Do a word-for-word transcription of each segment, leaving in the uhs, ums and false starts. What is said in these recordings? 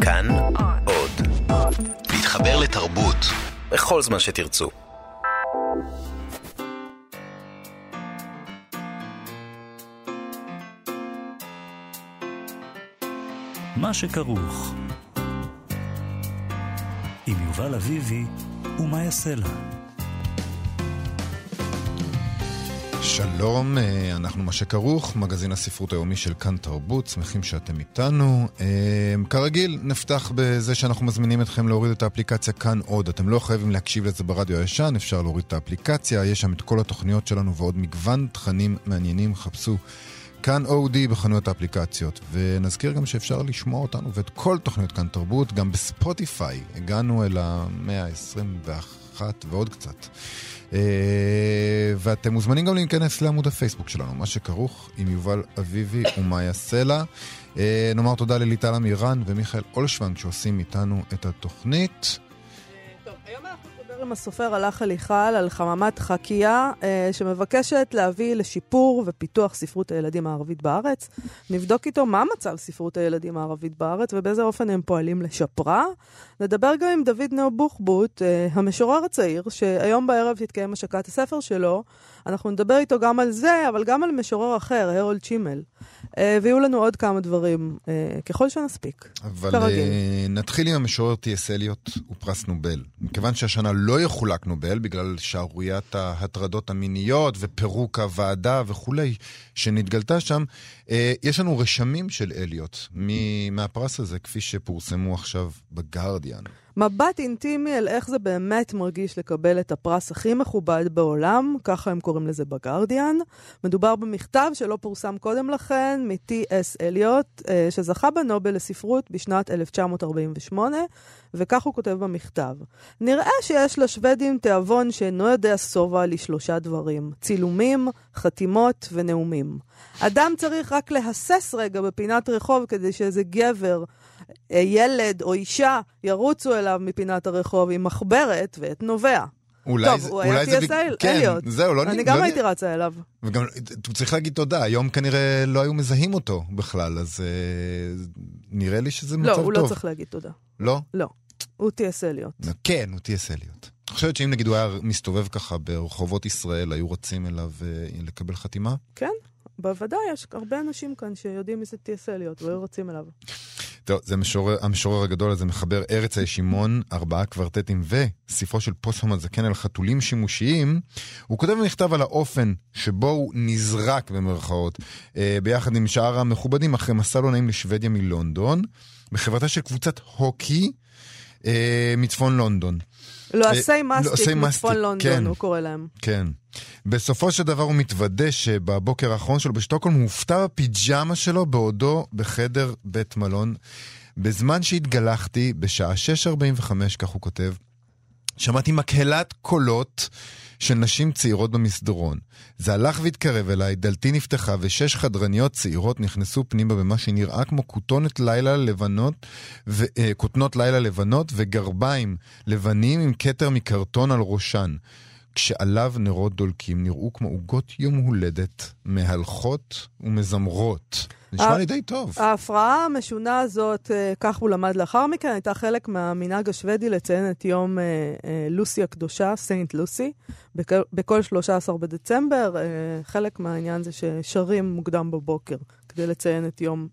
כאן עוד. להתחבר לתרבות בכל זמן שתרצו. מה שכרוך עם יובל אביבי ומה יעשה לה. שלום, אנחנו מה שכרוך, מגזין הספרות היומי של כאן תרבות, שמחים שאתם איתנו. כרגיל, נפתח בזה שאנחנו מזמינים אתכם להוריד את האפליקציה כאן עוד. אתם לא חייבים להקשיב לזה ברדיו הישן, אפשר להוריד את האפליקציה, יש שם את כל התוכניות שלנו ועוד מגוון תכנים מעניינים, חפשו כאן אודי בחנויות האפליקציות. ונזכיר גם שאפשר לשמוע אותנו ואת כל תוכניות כאן תרבות, גם בספוטיפיי. הגענו אל ה-מאה עשרים ואחת ועוד קצת. ואתם מוזמנים גם להיכנס לעמוד הפייסבוק שלנו, מה שכרוך עם יובל אביבי ומה יעשה לה. נאמר תודה לליטל אמירן ומיכאל אולשוונג שעושים איתנו את התוכנית. טוב, היום אנחנו נדבר עם הסופר הלך אליחל על חממת חקייה שמבקשת להביא לשיפור ופיתוח ספרות הילדים הערבית בארץ. נבדוק איתו מה מצב ספרות הילדים הערבית בארץ ובאיזה אופן הם פועלים לשפרה. נדבר גם עם דוד נאו בוחבוט, המשורר הצעיר, שהיום בערב תתקיים השקת הספר שלו. אנחנו נדבר איתו גם על זה, אבל גם על משורר אחר, הרולד שימל. ויהיו לנו עוד כמה דברים, ככל שנספיק. אבל נתחיל עם המשורר טי אס אליוט ופרס נובל. מכיוון שהשנה לא יחולק נובל, בגלל שערוריית ההטרדות המיניות ופירוק הוועדה וכולי, שנתגלתה שם, יש לנו רשמים של אליוט מהפרס הזה, כפי שפורסמו עכשיו בגרדיאן. מבט אינטימי על איך זה באמת מרגיש לקבל את הפרס הכי מכובד בעולם, ככה הם קוראים לזה בגרדיאן. מדובר במכתב שלא פורסם קודם לכן, מ-טי אס אליוט, שזכה בנובל לספרות בשנת אלף תשע מאות ארבעים ושמונה, וכך הוא כותב במכתב. נראה שיש לשוודים תיאבון שאינו יודע סובה לשלושה דברים, צילומים, חתימות ונאומים. אדם צריך רק להסס רגע בפינת רחוב כדי שאיזה גבר, ילד או אישה ירוצו אליו מפינת הרחוב עם מחברת ואת נובע. אולי טוב, זה, הוא אולי היה זה טי אס כן, אליוט. זהו, לא, אני לא גם לא הייתי רצה אליו. וגם, הוא צריך להגיד תודה, היום כנראה לא היו מזהים אותו בכלל, אז אה, נראה לי שזה מצב לא, טוב. הוא לא צריך להגיד תודה. לא? לא, הוא טי אס אליוט. כן, הוא טי אס אליוט. אני חושבת שאם נגיד הוא היה מסתובב ככה ברחובות ישראל, היו רצים אליו לקבל חתימה? כן, בוודאי, יש הרבה אנשים כאן שיודעים מי זה טי אס אליוט, והיו רצים אליו. טוב, זה המשורר, המשורר הגדול הזה מחבר ארץ הישימון, ארבעה קוורטטים וספרו של פוסום הזקן על חתולים שימושיים. הוא כותב במכתב על האופן שבו הוא נזרק במרכאות, אה, ביחד עם שאר המכובדים, אחרי מסע לא נעים לשוודיה מלונדון, בחברתה של קבוצת הוקי אה, מצפון לונדון. לא, עשי מסטיק מצפון לונדון, הוא קורא להם. כן. בסופו של דבר הוא מתוודה שבבוקר האחרון שלו בשטוקהולם הוא הופתע בפיג'מה שלו בעודו בחדר בית מלון. בזמן שהתגלחתי בשעה שש ארבעים וחמש, כך הוא כותב, שמעתי מקהלת קולות של נשים צעירות במסדרון. זה הלך והתקרב אליי, דלתי נפתחה ושש חדרניות צעירות נכנסו פנימה במה שנראה כמו כותונת לילה לבנות, ו, uh, כותנות לילה לבנות וגרביים לבנים עם כתר מקרטון על ראשן. כשעליו נרות דולקים נראו כמו עוגות יום הולדת, מהלכות ומזמרות. נשמע לי די טוב. ההפרעה המשונה הזאת, כך הוא למד לאחר מכן, הייתה חלק מהמנהג השוודי לציין את יום לוסי הקדושה, סיינט לוסי, בכל שלושה עשר בדצמבר. חלק מהעניין זה ששרים מוקדם בבוקר, כדי לציין את יום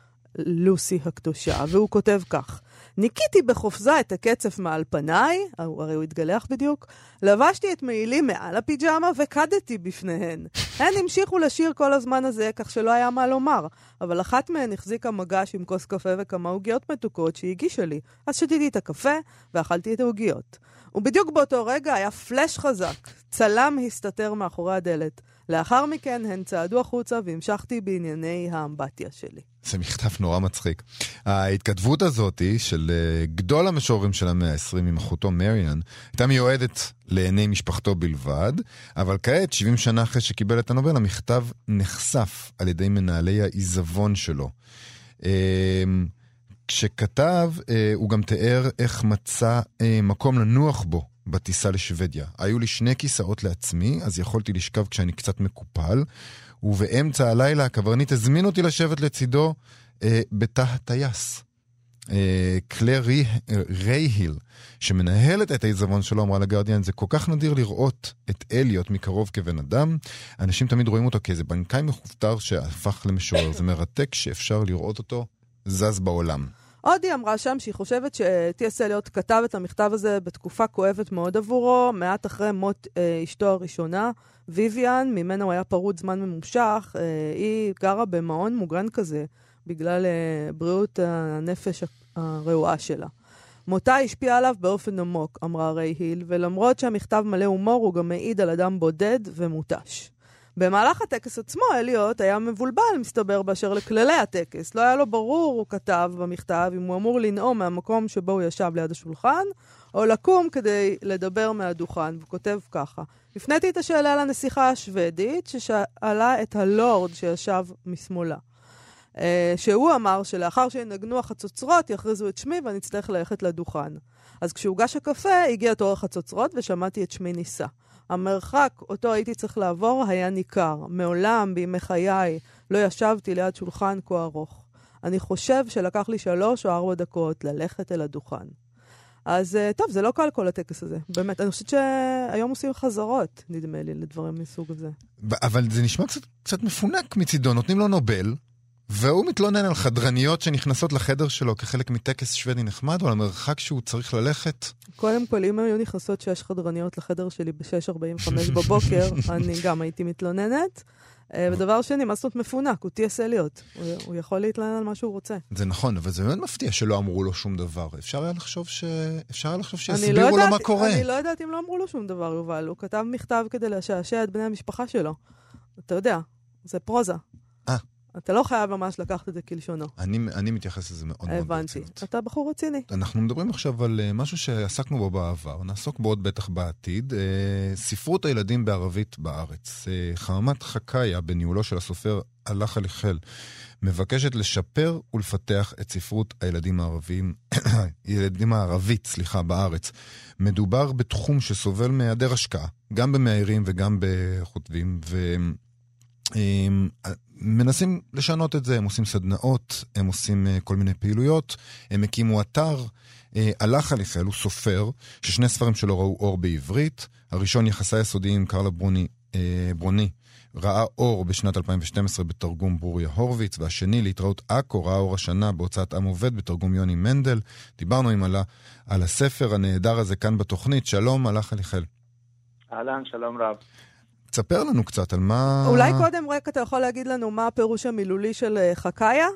לוסי הקדושה. והוא כותב כך: ניקיתי בחופזה את הקצף מעל פניי, הרי הוא התגלח בדיוק, לבשתי את מעילים מעל הפיג'מה וקדתי בפניהן. הן המשיכו לשיר כל הזמן הזה, כך שלא היה מה לומר, אבל אחת מהן החזיקה מגש עם כוס קפה וכמה עוגיות מתוקות שהיא הגישה לי, אז שתיתי את הקפה ואכלתי את העוגיות. ובדיוק באותו רגע היה פלש חזק, צלם הסתתר מאחורי הדלת. לאחר מכן הן צעדו החוצה והמשכתי בענייני האמבטיה שלי. זה מכתב נורא מצחיק. ההתכתבות הזאת של גדול המשוררים של המאה ה-עשרים עם אחותו מריאן הייתה מיועדת לעיני משפחתו בלבד, אבל כעת, שבעים שנה אחרי שקיבל את הנובל, המכתב נחשף על ידי מנהלי העיזבון שלו. כשכתב, הוא גם תיאר איך מצא מקום לנוח בו בטיסה לשוודיה. היו לי שני כיסאות לעצמי, אז יכולתי לשכב כשאני קצת מקופל, ובאמצע הלילה הקברניט הזמין אותי לשבת לצידו אה, בתא הטייס. קלר רייהיל, שמנהלת את העיזבון שלו, אמרה לגרדיאן, זה כל כך נדיר לראות את אליוט מקרוב כבן אדם, אנשים תמיד רואים אותו כאיזה בנקאי מחופתר שהפך למשורר, זה מרתק שאפשר לראות אותו זז בעולם. עוד היא אמרה שם שהיא חושבת שטי אס אליוט כתב את המכתב הזה בתקופה כואבת מאוד עבורו, מעט אחרי מות אה, אשתו הראשונה, ויויאן, ממנו הוא היה פרוד זמן ממושך, אה, היא גרה במעון מוגן כזה, בגלל אה, בריאות הנפש הרעועה שלה. מותה השפיעה עליו באופן עמוק, אמרה ריי היל, ולמרות שהמכתב מלא הומור, הוא גם מעיד על אדם בודד ומוטש. במהלך הטקס עצמו, אליוט היה מבולבל, מסתבר, באשר לכללי הטקס. לא היה לו ברור, הוא כתב במכתב, אם הוא אמור לנאום מהמקום שבו הוא ישב ליד השולחן, או לקום כדי לדבר מהדוכן, והוא כותב ככה. הפניתי את השאלה לנסיכה השוודית, ששאלה את הלורד שישב משמאלה. שהוא אמר שלאחר שינגנו החצוצרות, יכריזו את שמי ואני אצטרך ללכת לדוכן. אז כשהוגש הקפה, הגיע תור החצוצרות ושמעתי את שמי ניסה. המרחק אותו הייתי צריך לעבור היה ניכר. מעולם בימי חיי לא ישבתי ליד שולחן כה ארוך. אני חושב שלקח לי שלוש או ארבע דקות ללכת אל הדוכן. אז טוב, זה לא קל כל הטקס הזה. באמת, אני חושבת שהיום עושים חזרות, נדמה לי, לדברים מסוג הזה. אבל זה נשמע קצת, קצת מפונק מצידו. נותנים לו נובל, והוא מתלונן על חדרניות שנכנסות לחדר שלו כחלק מטקס שוודי נחמד, או על המרחק שהוא צריך ללכת. קודם כל, אם היו נכנסות שש חדרניות לחדר שלי ב-שש ארבעים וחמש בבוקר, אני גם הייתי מתלוננת. ודבר שני, מה זאת מפונק? הוא טי אס אליוט. הוא יכול להתלונן על מה שהוא רוצה. זה נכון, אבל זה מאוד מפתיע שלא אמרו לו שום דבר. אפשר היה לחשוב ש... אפשר היה לחשוב שיסבירו לו מה קורה. אני לא יודעת אם לא אמרו לו שום דבר, יובל. הוא כתב מכתב כדי לשעשע את בני המשפחה שלו. אתה יודע, זה פרוזה. אה. אתה לא חייב ממש לקחת את זה כלשונו. אני, אני מתייחס לזה מאוד מאוד ברצינות. הבנתי. אתה בחור רציני. אנחנו מדברים עכשיו על משהו שעסקנו בו בעבר, נעסוק בו עוד בטח בעתיד, ספרות הילדים בערבית בארץ. חממת חקאיה, בניהולו של הסופר הלך הליחל, מבקשת לשפר ולפתח את ספרות הילדים הערבים, ילדים הערבית, סליחה, בארץ. מדובר בתחום שסובל מהיעדר השקעה, גם במאיירים וגם בחוטבים, ו... הם מנסים לשנות את זה, הם עושים סדנאות, הם עושים כל מיני פעילויות, הם הקימו אתר, הלך הליחל, הוא סופר, ששני ספרים שלו ראו אור בעברית, הראשון יחסי יסודיים, קרלה ברוני, ברוני, ראה אור בשנת אלפיים ושתים עשרה בתרגום ברוריה הורוביץ, והשני להתראות אקו, ראה אור השנה בהוצאת עם עובד בתרגום יוני מנדל. דיברנו עם עלה על הספר הנהדר הזה כאן בתוכנית. שלום, הלך הליחל. אהלן, שלום רב. תספר לנו קצת על מה... אולי קודם רק אתה יכול להגיד לנו מה הפירוש המילולי של חקאיה?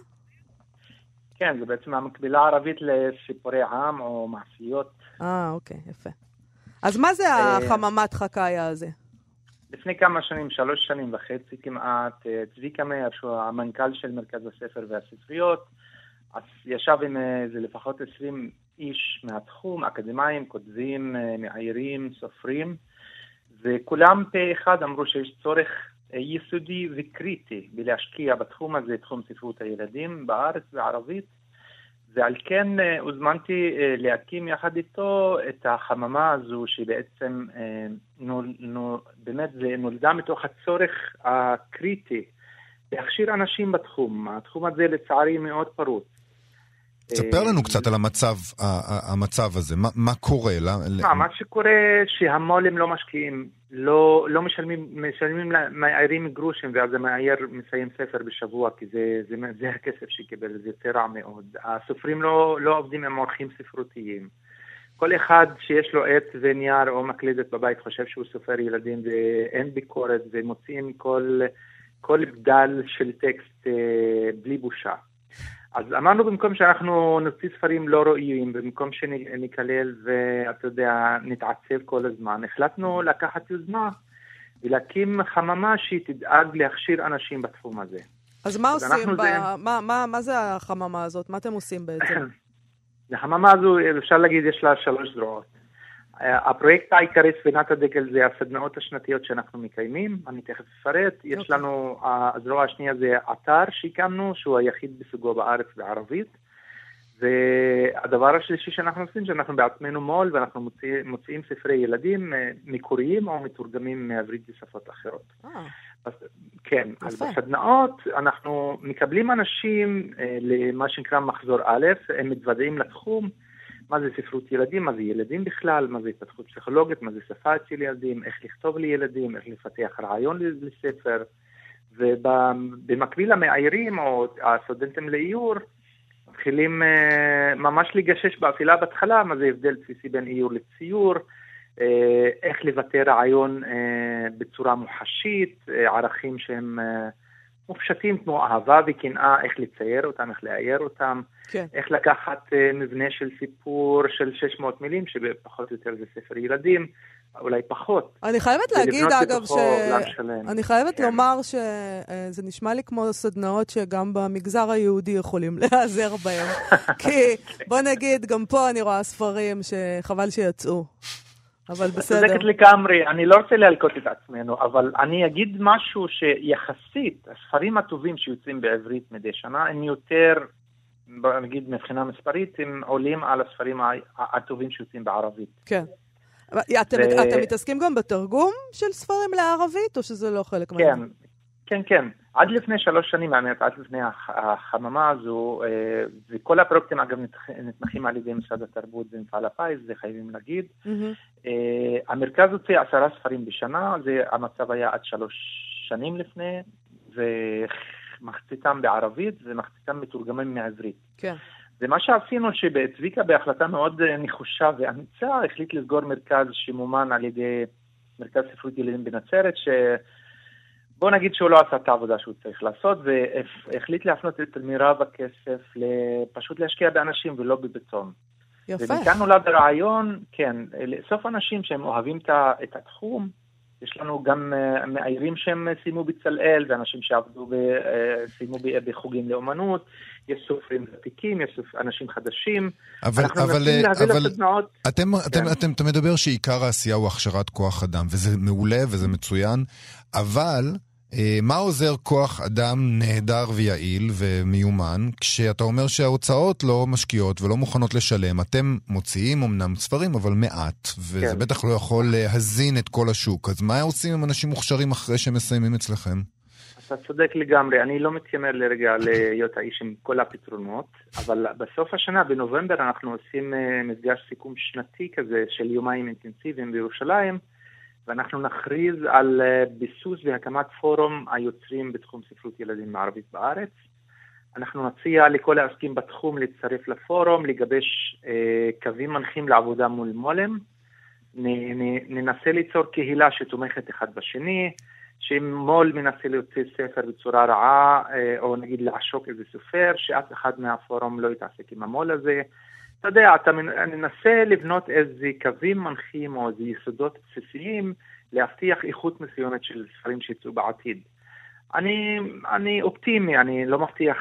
כן, זה בעצם המקבילה הערבית לסיפורי עם או מעשיות. אה, אוקיי, יפה. אז מה זה החממת חקאיה הזה? לפני כמה שנים, שלוש שנים וחצי כמעט, צביקה מאיר, שהוא המנכ"ל של מרכז הספר והספריות, אז ישב עם זה לפחות עשרים איש מהתחום, אקדמיים, כותבים, מאיירים, סופרים, וכולם פה אחד אמרו שיש צורך יסודי וקריטי בלהשקיע בתחום הזה, תחום ספרות הילדים בארץ וערבית, ועל כן הוזמנתי להקים יחד איתו את החממה הזו שבעצם נול, נול, באמת זה נולדה מתוך הצורך הקריטי להכשיר אנשים בתחום. התחום הזה לצערי מאוד פרוץ. תספר לנו קצת על המצב, המצב הזה, מה, מה קורה? מה, מה שקורה שהמו"לים לא משקיעים, לא, לא משלמים, משלמים למאיירים גרושים, ואז המאייר מסיים ספר בשבוע, כי זה, זה, זה הכסף שקיבל, זה יותר רע מאוד. הסופרים לא, לא עובדים עם עורכים ספרותיים. כל אחד שיש לו עט ונייר או מקלדת בבית חושב שהוא סופר ילדים, ואין ביקורת, ומוצאים כל, כל בדל של טקסט בלי בושה. אז אמרנו במקום שאנחנו נוציא ספרים לא ראויים, במקום שנקלל ואתה יודע, נתעצב כל הזמן, החלטנו לקחת יוזמה ולהקים חממה שהיא תדאג להכשיר אנשים בתחום הזה. אז מה עושים? ב... זה... מה, מה, מה זה החממה הזאת? מה אתם עושים בעצם? החממה הזו, אפשר להגיד, יש לה שלוש זרועות. הפרויקט העיקרי ספינת הדגל זה הסדנאות השנתיות שאנחנו מקיימים, אני תכף אפרט. יש okay. לנו, הזרוע השנייה זה אתר שהקמנו, שהוא היחיד בסוגו בארץ בערבית, והדבר השלישי שאנחנו עושים, שאנחנו בעצמנו מול, ואנחנו מוציא, מוציאים ספרי ילדים מקוריים או מתורגמים מעברית בשפות אחרות. אה. אז, כן, אז בסדנאות אנחנו מקבלים אנשים אה, למה שנקרא מחזור א', הם מתוודעים לתחום, מה זה ספרות ילדים, מה זה ילדים בכלל, מה זה התפתחות פסיכולוגית, מה זה שפה אצל ילדים, איך לכתוב לילדים, איך לפתח רעיון לספר, ובמקביל המאיירים או הסטודנטים לאיור, מתחילים אה, ממש לגשש באפילה בהתחלה, מה זה הבדל בסיסי בין איור לציור, אה, איך לבטא רעיון אה, בצורה מוחשית, אה, ערכים שהם אה, מופשטים כמו אהבה וקנאה, איך לצייר אותם, איך לאייר אותם, כן. איך לקחת אה, מבנה של סיפור של שש מאות מילים, שבפחות או יותר זה ספר ילדים, אולי פחות. אני חייבת להגיד, אגב, ש... אני חייבת כן. לומר שזה נשמע לי כמו סדנאות שגם במגזר היהודי יכולים להיעזר בהם. כי בוא נגיד, גם פה אני רואה ספרים שחבל שיצאו. אבל בסדר. צודקת לגמרי, אני לא רוצה להלקות את עצמנו, אבל אני אגיד משהו שיחסית, הספרים הטובים שיוצאים בעברית מדי שנה, הם יותר, נגיד מבחינה מספרית, הם עולים על הספרים הטובים שיוצאים בערבית. כן. אתם, ו... אתם מתעסקים גם בתרגום של ספרים לערבית, או שזה לא חלק כן, מהדברים? כן, כן. עד לפני שלוש שנים, האמת, עד לפני החממה הזו, וכל הפרויקטים, אגב, נתמכים על ידי משרד התרבות ומפעל הפיס, זה חייבים להגיד. Mm-hmm. המרכז הוציא עשרה ספרים בשנה, זה המצב היה עד שלוש שנים לפני, ומחציתם בערבית, ומחציתם מתורגמים מעברית. כן. ומה שעשינו שבצביקה בהחלטה מאוד נחושה ואמיצה, החליט לסגור מרכז שמומן על ידי מרכז ספרות ילדים בנצרת, שבוא נגיד שהוא לא עשה את העבודה שהוא צריך לעשות, והחליט להפנות את מירב הכסף פשוט להשקיע באנשים ולא בבטון. יפה. ומכאן נולד הרעיון, כן, לאסוף אנשים שהם אוהבים את התחום, יש לנו גם מאיירים שהם סיימו בצלאל, ואנשים שעבדו סיימו בחוגים לאומנות, יש סופרים ותיקים, יש אנשים חדשים. אבל, אבל, אבל אתם, אתם, אתם, אתה מדבר שעיקר העשייה הוא הכשרת כוח אדם, וזה מעולה וזה מצוין, אבל מה עוזר כוח אדם נהדר ויעיל ומיומן, כשאתה אומר שההוצאות לא משקיעות ולא מוכנות לשלם? אתם מוציאים אמנם ספרים, אבל מעט, וזה כן. בטח לא יכול להזין את כל השוק. אז מה עושים עם אנשים מוכשרים אחרי שהם מסיימים אצלכם? אתה צודק לגמרי, אני לא מתיימר לרגע להיות האיש עם כל הפתרונות, אבל בסוף השנה, בנובמבר, אנחנו עושים מפגש סיכום שנתי כזה של יומיים אינטנסיביים בירושלים, ואנחנו נכריז על ביסוס והקמת פורום היוצרים בתחום ספרות ילדים מערבית בארץ. אנחנו נציע לכל העסקים בתחום להצטרף לפורום, לגבש אה, קווים מנחים לעבודה מול מולם, נ, נ, ננסה ליצור קהילה שתומכת אחד בשני, שאם מול מנסה להוציא ספר בצורה רעה, אה, או נגיד לעשוק איזה סופר, שאף אחד מהפורום לא יתעסק עם המול הזה. אתה יודע, אתה מנסה לבנות איזה קווים מנחים או איזה יסודות בסיסיים, להבטיח איכות מסוימת של ספרים שיצאו בעתיד. אני, אני אופטימי, אני לא מבטיח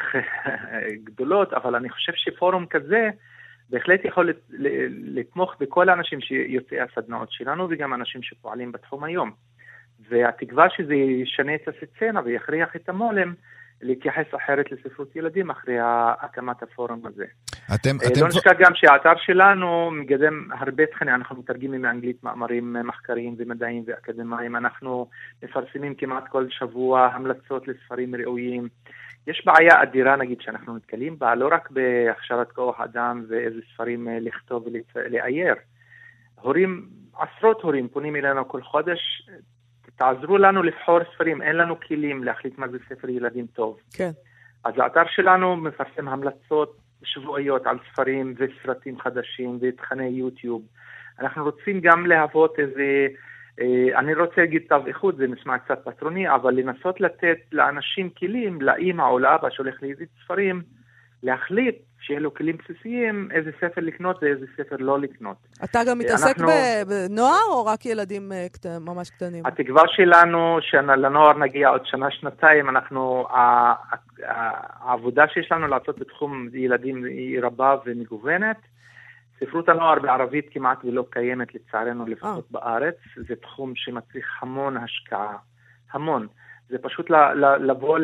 גדולות, אבל אני חושב שפורום כזה בהחלט יכול לתמוך בכל האנשים שיוצאי הסדנאות שלנו, וגם אנשים שפועלים בתחום היום. והתקווה שזה ישנה את הסצנה ויכריח את המולם, להתייחס אחרת לספרות ילדים אחרי הקמת הפורום הזה. אתם, לא אתם... נשכח גם שהאתר שלנו מגדם הרבה תכנים, אנחנו מתרגמים מאנגלית מאמרים מחקריים ומדעיים ואקדמיים, אנחנו מפרסמים כמעט כל שבוע המלצות לספרים ראויים. יש בעיה אדירה נגיד שאנחנו נתקלים בה, לא רק בהכשרת כוח אדם ואיזה ספרים לכתוב ולאייר. הורים, עשרות הורים פונים אלינו כל חודש, תעזרו לנו לבחור ספרים, אין לנו כלים להחליט מה זה ספר ילדים טוב. כן. אז האתר שלנו מפרסם המלצות שבועיות על ספרים וסרטים חדשים ותכני יוטיוב. אנחנו רוצים גם להוות איזה, אה, אני רוצה להגיד תו איכות, זה נשמע קצת פטרוני, אבל לנסות לתת לאנשים כלים, לאמא או לאבא שהולך להזיז ספרים, להחליט שיהיה לו כלים בסיסיים, איזה ספר לקנות ואיזה ספר לא לקנות. אתה גם מתעסק אנחנו... בנוער או רק ילדים קט... ממש קטנים? התקווה שלנו שלנוער נגיע עוד שנה, שנתיים, אנחנו, העבודה שיש לנו לעשות בתחום ילדים היא רבה ומגוונת. ספרות הנוער בערבית כמעט ולא קיימת לצערנו לפחות בארץ, זה תחום שמצריך המון השקעה, המון. זה פשוט לבוא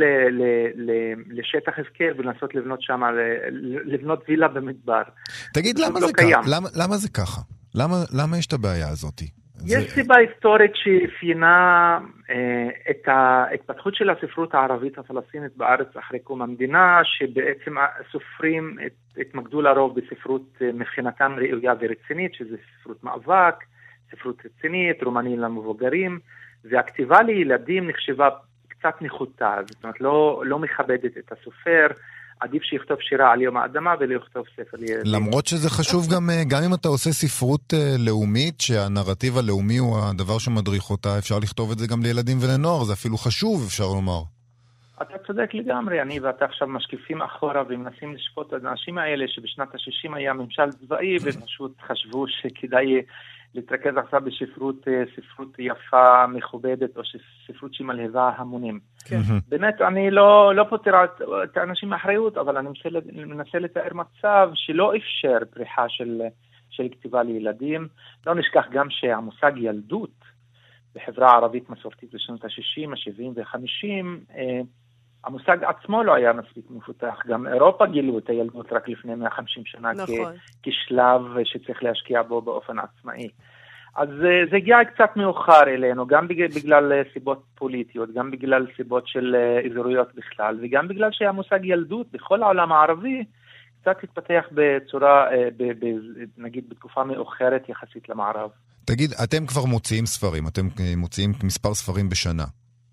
לשטח הפקר ולנסות לבנות שם, לבנות וילה במדבר. תגיד, למה זה ככה? למה זה ככה? למה יש את הבעיה הזאת? יש סיבה היסטורית שאפיינה את ההתפתחות של הספרות הערבית הפלסטינית בארץ אחרי קום המדינה, שבעצם סופרים התמקדו לרוב בספרות מבחינתם ראויה ורצינית, שזה ספרות מאבק, ספרות רצינית, רומנים למבוגרים, והכתיבה לילדים נחשבה קצת נחותה, זאת אומרת לא, לא מכבדת את הסופר, עדיף שיכתוב שירה על יום האדמה ולא יכתוב ספר לילדים. למרות שזה חשוב גם, גם אם אתה עושה ספרות לאומית, שהנרטיב הלאומי הוא הדבר שמדריך אותה, אפשר לכתוב את זה גם לילדים ולנוער, זה אפילו חשוב, אפשר לומר. אתה צודק לגמרי, אני ואתה עכשיו משקיפים אחורה ומנסים לשפוט את האנשים האלה שבשנת ה-שישים היה ממשל צבאי ופשוט חשבו שכדאי להתרכז עכשיו בספרות ספרות יפה, מכובדת, או ספרות שמלהבה המונים. כן. באמת, אני לא, לא פותר את האנשים האחריות, אבל אני מנסה, מנסה לתאר מצב שלא אפשר פריחה של, של כתיבה לילדים. לא נשכח גם שהמושג ילדות בחברה הערבית מסורתית בשנות ה-שישים, ה-שבעים וה-חמישים, אה, המושג עצמו לא היה מספיק מפותח. גם אירופה גילו את הילדות רק לפני מאה וחמישים שנה נכון. כ- כשלב שצריך להשקיע בו באופן עצמאי. אז זה הגיע קצת מאוחר אלינו, גם בגלל סיבות פוליטיות, גם בגלל סיבות של אזוריות בכלל, וגם בגלל שהמושג ילדות בכל העולם הערבי קצת התפתח בצורה, ב- ב- נגיד בתקופה מאוחרת יחסית למערב. תגיד, אתם כבר מוציאים ספרים, אתם מוציאים מספר ספרים בשנה.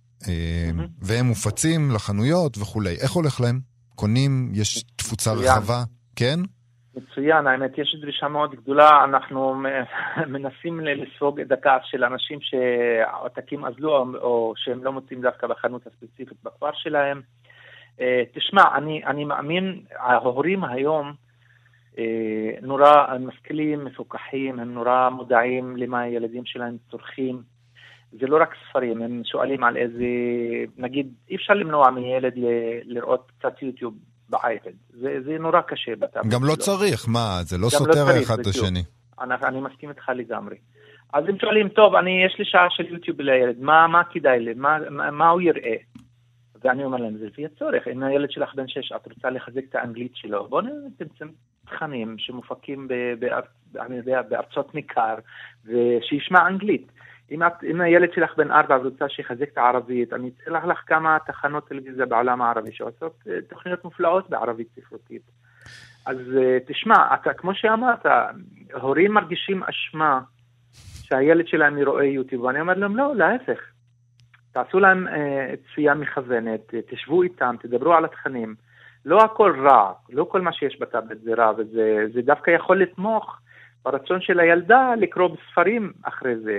והם מופצים לחנויות וכולי. איך הולך להם? קונים? יש תפוצה רחבה? כן? מצוין, האמת, יש דרישה מאוד גדולה. אנחנו מנסים לספוג את הכעס של אנשים שהעותקים אזלו או שהם לא מוצאים דווקא בחנות הספציפית בכפר שלהם. תשמע, אני, אני מאמין, ההורים היום נורא משכילים, מפוקחים, הם נורא מודעים למה הילדים שלהם צורכים. זה לא רק ספרים, הם שואלים על איזה, נגיד, אי אפשר למנוע מילד ל- לראות קצת יוטיוב באייפד. זה, זה נורא קשה. גם לא צריך, מה? זה לא סותר לא אחד את השני. אני, אני מסכים איתך לגמרי. אז הם שואלים, טוב, אני, יש לי שעה של יוטיוב לילד, מה, מה כדאי לי? מה, מה, מה הוא יראה? ואני אומר להם, זה לפי הצורך. אם הילד שלך בן שש, את רוצה לחזק את האנגלית שלו, בואו נתמצם תכנים שמופקים ב, ב, ב, בארצות ניכר, ושישמע אנגלית. אם, את, אם הילד שלך בן ארבע ורוצה שיחזק את הערבית, אני אצא לך לך כמה תחנות טלוויזיה בעולם הערבי שעושות תוכניות מופלאות בערבית ספרותית. אז תשמע, אתה, כמו שאמרת, הורים מרגישים אשמה שהילד שלהם ירואה יוטיוב, ואני אומר להם, לא, להפך. תעשו להם אה, צפייה מכוונת, תשבו איתם, תדברו על התכנים. לא הכל רע, לא כל מה שיש בטאבלט זה רע, וזה זה דווקא יכול לתמוך ברצון של הילדה לקרוא בספרים אחרי זה.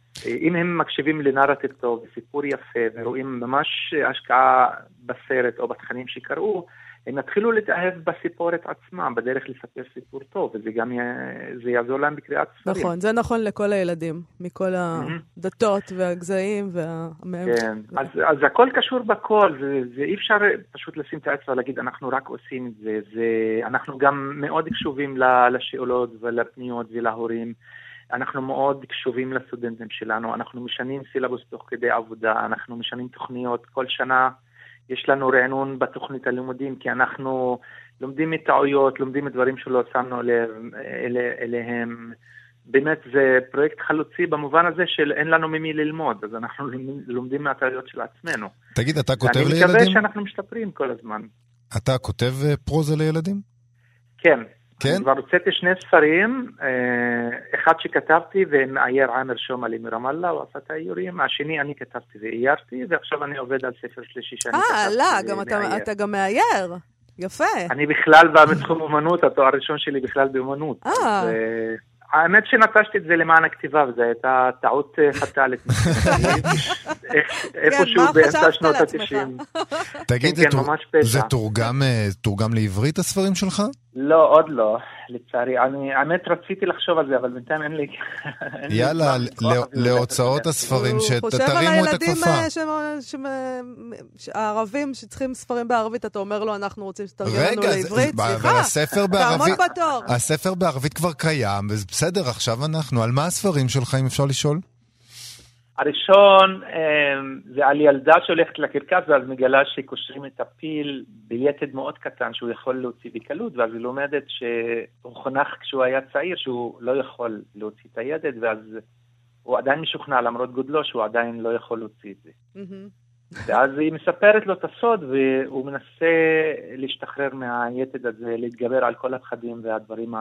אם הם מקשיבים לנרטיב טוב, סיפור יפה, ורואים ממש השקעה בסרט או בתכנים שקראו, הם יתחילו להתאהב בסיפורת עצמה, בדרך לספר סיפור טוב, וזה גם זה יעזור להם בקריאת ספרים. נכון, זה נכון לכל הילדים, מכל הדתות והגזעים והמהם. כן, אז, אז הכל קשור בכל, זה, זה אי אפשר פשוט לשים את האצבע ולהגיד, אנחנו רק עושים את זה, זה אנחנו גם מאוד קשובים לשאלות ולפניות ולהורים, אנחנו מאוד קשובים לסטודנטים שלנו, אנחנו משנים סילבוס תוך כדי עבודה, אנחנו משנים תוכניות כל שנה, יש לנו רענון בתוכנית הלימודים, כי אנחנו לומדים מטעויות, לומדים את דברים שלא שמנו אלה, אלה, אליהם. באמת זה פרויקט חלוצי במובן הזה של אין לנו ממי ללמוד, אז אנחנו לומדים מהטעויות של עצמנו. תגיד, אתה כותב לילדים? אני מקווה שאנחנו משתפרים כל הזמן. אתה כותב פרוזה לילדים? כן. כן? אני כבר הוצאתי שני ספרים, אחד שכתבתי ומאייר עמר שומלי מרמאללה, הוא עשה את האיורים, השני אני כתבתי ואיירתי, ועכשיו אני עובד על ספר שלישי שאני כתבתי ומאייר. אה, לא, גם אתה, אתה גם מאייר, יפה. אני בכלל בא בתחום אומנות, התואר הראשון שלי בכלל באומנות. אה. האמת שנטשתי את זה למען הכתיבה, וזו הייתה טעות חטאלית. איפשהו באמצע שנות ה-תשעים. תגיד, זה תורגם לעברית הספרים שלך? לא, עוד לא, לצערי. האמת רציתי לחשוב על זה, אבל בינתיים אין לי... יאללה, להוצאות הספרים, שתרימו את הכפפה. הוא חושב על הילדים הערבים שצריכים ספרים בערבית, אתה אומר לו, אנחנו רוצים שתרגם לנו לעברית. רגע, תעמוד בתור. הספר בערבית כבר קיים, בסדר, עכשיו אנחנו. על מה הספרים שלך, אם אפשר לשאול? הראשון זה על ילדה שהולכת לקרקס, ואז מגלה שקושרים את הפיל ביתד מאוד קטן, שהוא יכול להוציא בקלות, ואז היא לומדת שהוא חונך כשהוא היה צעיר, שהוא לא יכול להוציא את היתד, ואז הוא עדיין משוכנע למרות גודלו, שהוא עדיין לא יכול להוציא את זה. ואז היא מספרת לו את הסוד, והוא מנסה להשתחרר מהיתד הזה, להתגבר על כל הפחדים והדברים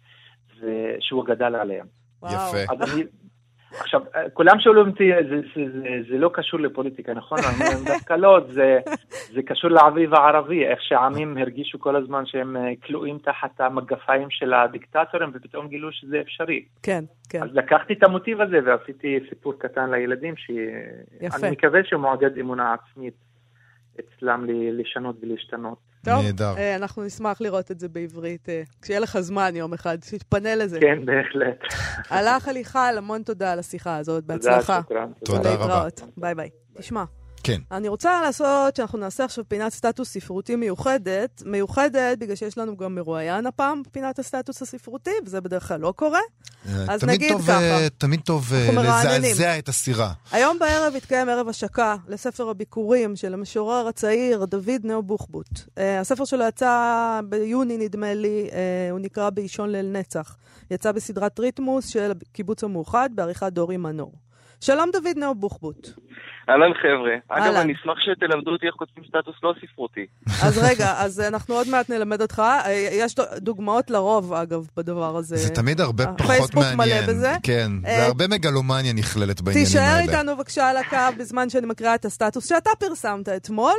שהוא גדל עליהם. יפה. עכשיו, כולם שאלו אותי, זה, זה, זה, זה לא קשור לפוליטיקה, נכון? דווקא לא, זה, זה קשור לאביב הערבי, איך שהעמים הרגישו כל הזמן שהם כלואים תחת המגפיים של הדיקטטורים, ופתאום גילו שזה אפשרי. כן, כן. אז לקחתי את המוטיב הזה, ועשיתי סיפור קטן לילדים, שאני מקווה שמעודד אמונה עצמית אצלם לשנות ולהשתנות. טוב, אה, אנחנו נשמח לראות את זה בעברית, אה, כשיהיה לך זמן יום אחד, שתפנה לזה. כן, בהחלט. הלך אליחל, המון תודה על השיחה הזאת, בהצלחה. תודה, תודה רבה. ביי ביי. תשמע. כן. אני רוצה לעשות שאנחנו נעשה עכשיו פינת סטטוס ספרותי מיוחדת, מיוחדת בגלל שיש לנו גם מרואיין הפעם פינת הסטטוס הספרותי, וזה בדרך כלל לא קורה. אז נגיד ככה. תמיד טוב לזעזע את הסירה. היום בערב התקיים ערב השקה לספר הביקורים של המשורר הצעיר דוד נאו בוחבוט. הספר שלו יצא ביוני נדמה לי, הוא נקרא באישון ליל נצח. יצא בסדרת ריתמוס של קיבוץ המאוחד בעריכת דורי מנור. שלום דוד נאו בוחבוט. אהלן חבר'ה. אגב, אני אשמח שתלמדו אותי איך כותבים סטטוס לא ספרותי. אז רגע, אז אנחנו עוד מעט נלמד אותך. יש דוגמאות לרוב, אגב, בדבר הזה. זה תמיד הרבה פחות פייסבוק מעניין. מלא בזה. כן, והרבה מגלומניה נכללת בעניינים האלה. תישאר איתנו בבקשה על הקו בזמן שאני מקריאה את הסטטוס שאתה פרסמת אתמול,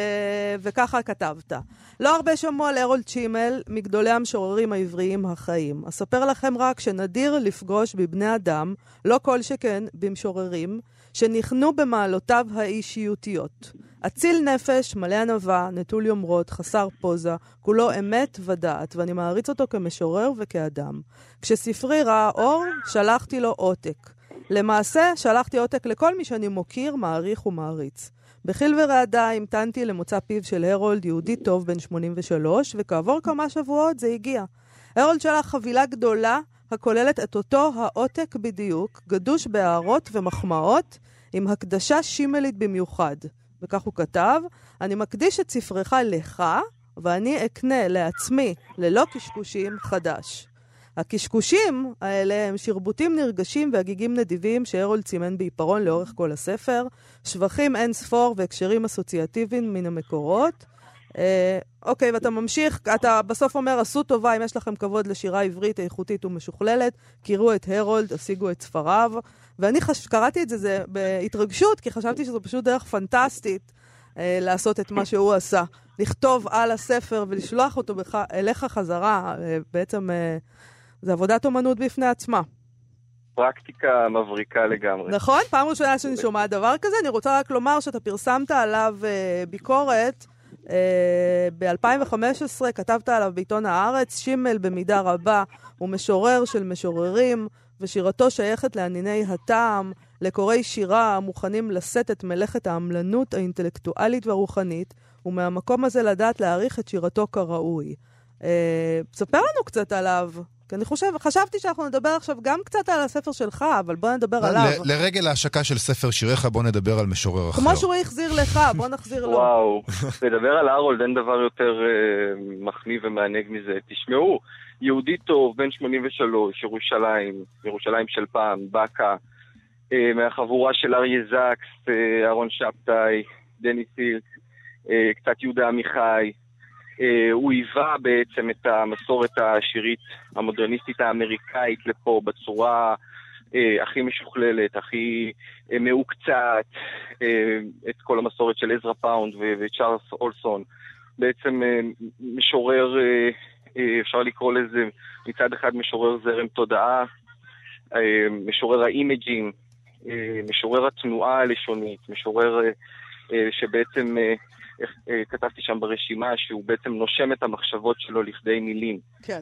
וככה כתבת. לא הרבה שמוע על הרולד שימל, מגדולי המשוררים העבריים החיים. אספר לכם רק שנדיר לפגוש בבני אדם, לא כל שכן במשוררים, שנכנו במעלותיו האישיותיות. אציל נפש, מלא ענווה, נטול יומרות, חסר פוזה, כולו אמת ודעת, ואני מעריץ אותו כמשורר וכאדם. כשספרי ראה אור, שלחתי לו עותק. למעשה, שלחתי עותק לכל מי שאני מוקיר, מעריך ומעריץ. בחיל ורעדה המתנתי למוצא פיו של הרולד, יהודי טוב בן שמונים ושלוש, וכעבור כמה שבועות זה הגיע. הרולד שלח חבילה גדולה, הכוללת את אותו העותק בדיוק, גדוש בהערות ומחמאות, עם הקדשה שימלית במיוחד. וכך הוא כתב, אני מקדיש את ספרך לך, ואני אקנה לעצמי, ללא קשקושים, חדש. הקשקושים האלה הם שרבוטים נרגשים והגיגים נדיבים שהרולד סימן בעיפרון לאורך כל הספר, שבחים אין ספור והקשרים אסוציאטיביים מן המקורות. אה, אוקיי, ואתה ממשיך, אתה בסוף אומר, עשו טובה אם יש לכם כבוד לשירה עברית איכותית ומשוכללת, קירו את הרולד, השיגו את ספריו, ואני חש... קראתי את זה, זה בהתרגשות, כי חשבתי שזו פשוט דרך פנטסטית אה, לעשות את מה שהוא עשה. לכתוב על הספר ולשלוח אותו בך, אליך חזרה, אה, בעצם אה, זה עבודת אומנות בפני עצמה. פרקטיקה מבריקה לגמרי. נכון? פעם ראשונה שאני שומעת דבר כזה, אני רוצה רק לומר שאתה פרסמת עליו אה, ביקורת, Uh, ב-אלפיים וחמש עשרה כתבת עליו בעיתון הארץ, שימל במידה רבה הוא משורר של משוררים, ושירתו שייכת לענייני הטעם, לקוראי שירה המוכנים לשאת את מלאכת העמלנות האינטלקטואלית והרוחנית, ומהמקום הזה לדעת להעריך את שירתו כראוי. Uh, ספר לנו קצת עליו. כי אני חושב, חשבתי שאנחנו נדבר עכשיו גם קצת על הספר שלך, אבל בוא נדבר עליו. ל- לרגל ההשקה של ספר שיריך, בוא נדבר על משורר אחר. כמו שהוא החזיר לך, בוא נחזיר לו. וואו, לדבר על הרולד אין דבר יותר uh, מחמיא ומענג מזה. תשמעו, יהודי טוב, בן שמונים ושלוש, ירושלים, ירושלים של פעם, בקה, uh, מהחבורה של אריה זקס, uh, אהרון שבתאי, דני סילק, uh, קצת יהודה עמיחי, Uh, הוא היווה בעצם את המסורת השירית המודרניסטית האמריקאית לפה בצורה uh, הכי משוכללת, הכי uh, מעוקצת, uh, את כל המסורת של עזרא פאונד ו- וצ'ארלס אולסון. בעצם uh, משורר, uh, uh, אפשר לקרוא לזה מצד אחד משורר זרם תודעה, uh, משורר האימג'ים, uh, משורר התנועה הלשונית, משורר uh, uh, שבעצם... Uh, כתבתי שם ברשימה שהוא בעצם נושם את המחשבות שלו לכדי מילים. כן.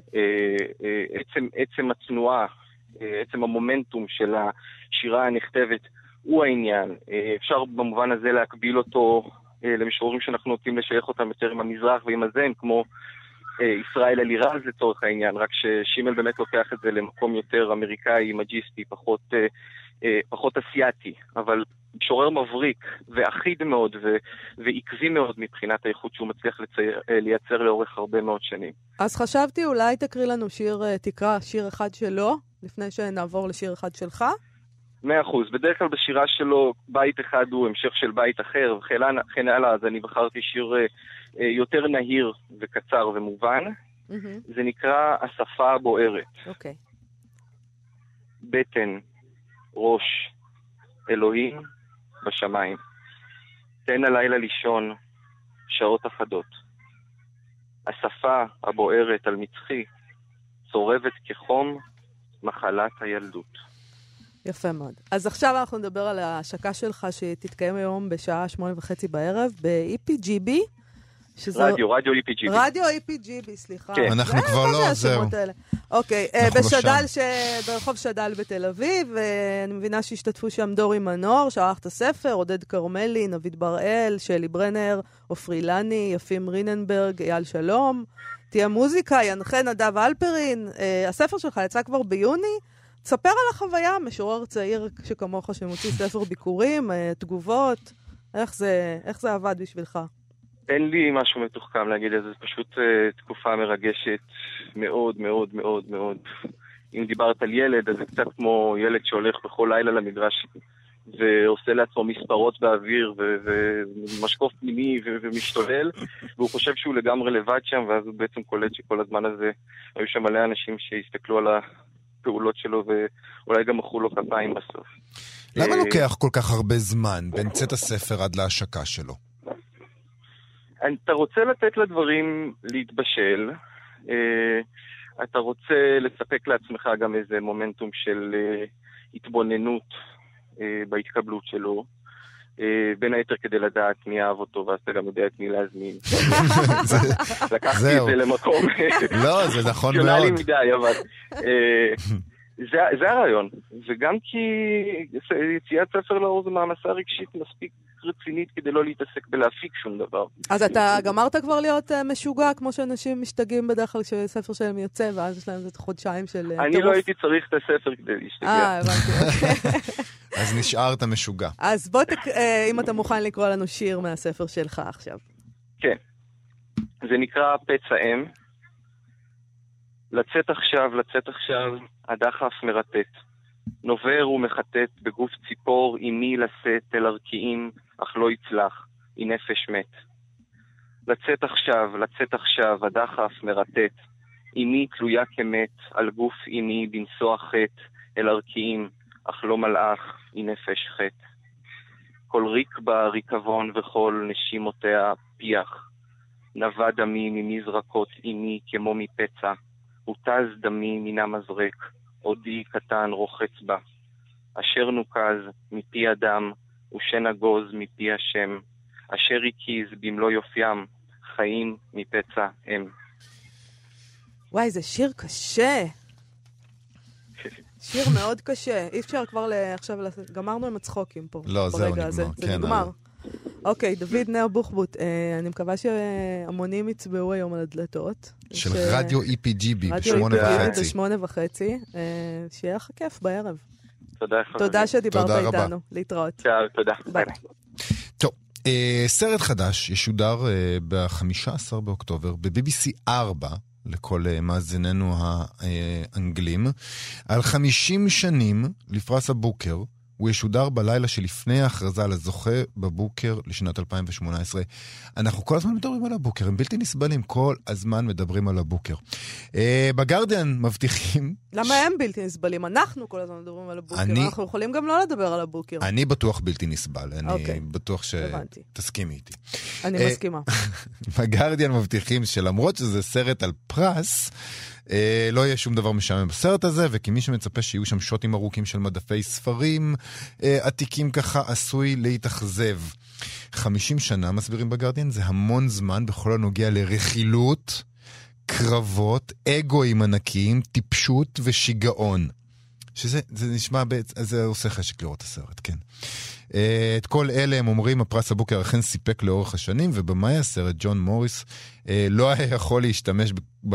עצם, עצם התנועה, עצם המומנטום של השירה הנכתבת הוא העניין. אפשר במובן הזה להקביל אותו למשוררים שאנחנו נוטים לשייך אותם יותר עם המזרח ועם הזן, כמו ישראל אלירז לצורך העניין, רק ששימל באמת לוקח את זה למקום יותר אמריקאי, מג'יסטי, פחות, פחות אסיאטי, אבל שורר מבריק ואחיד מאוד ו- ועקבי מאוד מבחינת האיכות שהוא מצליח לצייר, לייצר לאורך הרבה מאוד שנים. אז חשבתי אולי תקריא לנו שיר, תקרא שיר אחד שלו, לפני שנעבור לשיר אחד שלך. מאה אחוז. בדרך כלל בשירה שלו בית אחד הוא המשך של בית אחר, וכן הלאה, אז אני בחרתי שיר יותר נהיר וקצר ומובן. Mm-hmm. זה נקרא השפה הבוערת. אוקיי. Okay. בטן, ראש, אלוהים בשמיים. תן הלילה לישון שעות אחדות. השפה הבוערת על מצחי צורבת כחום מחלת הילדות. יפה מאוד. אז עכשיו אנחנו נדבר על ההשקה שלך שתתקיים היום בשעה שמונה וחצי בערב ב-אי פי ג'י בי. רדיו, רדיו אי פי ג'י בי. רדיו אי פי ג'י בי, סליחה. כן. אנחנו כבר לא, זהו. אוקיי, בשדל, ברחוב שדל בתל אביב, ואני מבינה שהשתתפו שם דורי מנור, שערך את הספר, עודד קרמלי, נביד בראל, שלי ברנר, אופרי לני, יפים ריננברג, אייל שלום. תהיה מוזיקה, ינחה נדב אלפרין. הספר שלך יצא כבר ביוני. תספר על החוויה, משורר צעיר שכמוך שמוציא ספר ביקורים, תגובות, איך זה, איך זה עבד בשבילך? אין לי משהו מתוחכם להגיד, זה פשוט uh, תקופה מרגשת מאוד מאוד מאוד מאוד. אם דיברת על ילד, אז זה קצת כמו ילד שהולך בכל לילה למגרש ועושה לעצמו מספרות באוויר ומשקוף פנימי ומשתולל, והוא חושב שהוא לגמרי לבד שם, ואז הוא בעצם קולט שכל הזמן הזה היו שם מלא אנשים שהסתכלו על הפעולות שלו ואולי גם מחאו לו כפיים בסוף. למה לוקח כל כך הרבה זמן בין צאת הספר עד להשקה שלו? אתה רוצה לתת לדברים להתבשל, אתה רוצה לספק לעצמך גם איזה מומנטום של התבוננות בהתקבלות שלו, בין היתר כדי לדעת מי אהב אותו, ואז אתה גם יודע את מי להזמין. לקחתי את זה למקום. לא, זה נכון מאוד. פיונלי מדי, אבל זה הרעיון. וגם כי יציאת ספר לאור זה מעמסה רגשית מספיק רצינית כדי לא להתעסק בלהפיק שום דבר. אז אתה גמרת כבר להיות משוגע, כמו שאנשים משתגעים בדרך כלל כשספר שלהם יוצא, ואז יש להם חודשיים של טירוף. אני לא הייתי צריך את הספר כדי להשתגע. אה, הבנתי. אז נשארת משוגע. אז בוא, אם אתה מוכן לקרוא לנו שיר מהספר שלך עכשיו. כן. זה נקרא פצע אם. לצאת עכשיו, לצאת עכשיו, הדחף מרטט. נובר ומחטט בגוף ציפור, אימי לשאת אל ערכיים, אך לא יצלח, היא נפש מת. לצאת עכשיו, לצאת עכשיו, הדחף מרטט. אימי תלויה כמת, על גוף אימי בנסוע חטא, אל ערכיים, אך לא מלאך, היא נפש חטא. כל ריק בה ריקבון וכל נשימותיה פיח. נבע דמי ממזרקות אימי כמו מפצע, הותז דמי מן המזרק, עודי קטן רוחץ בה. אשר נוקז מפי אדם, ושן הגוז מפי השם, אשר הקיז במלוא יופיים, חיים מפצע אם. וואי, זה שיר קשה. שיר מאוד קשה. אי אפשר כבר עכשיו, גמרנו עם הצחוקים פה. לא, זהו נגמר. זה נגמר. אוקיי, דוד נאו בוחבוט, אני מקווה שהמונים יצבעו היום על הדלתות. של רדיו אי פי ג'י בי בשמונה וחצי. בשמונה וחצי. שיהיה לך כיף בערב. תודה. תודה שדיברת איתנו. להתראות. תודה. ביי. טוב, סרט חדש ישודר ב-חמישה עשר באוקטובר ב-בי בי סי ארבע, לכל מאזיננו האנגלים, על חמישים שנים לפרס הבוקר. הוא ישודר בלילה שלפני ההכרזה על הזוכה בבוקר לשנת אלפיים ושמונה עשרה. אנחנו כל הזמן מדברים על הבוקר, הם בלתי נסבלים, כל הזמן מדברים על הבוקר. בגרדיאן מבטיחים... למה הם בלתי נסבלים? אנחנו כל הזמן מדברים על הבוקר, אנחנו יכולים גם לא לדבר על הבוקר. אני בטוח בלתי נסבל, אני בטוח שתסכימי איתי. אני מסכימה. בגרדיאן מבטיחים שלמרות שזה סרט על פרס, לא יהיה שום דבר משעמם בסרט הזה, וכי מי שמצפה שיהיו שם שוטים ארוכים של מדפי ספרים עתיקים ככה עשוי להתאכזב. חמישים שנה, מסבירים בגרדיאן, זה המון זמן בכל הנוגע לרכילות, קרבות, אגואים ענקיים, טיפשות ושיגעון. שזה זה נשמע, זה עושה חשק לראות הסרט, כן. את כל אלה הם אומרים, הפרס הבוקר אכן סיפק לאורך השנים, ובמאי הסרט ג'ון מוריס לא היה יכול להשתמש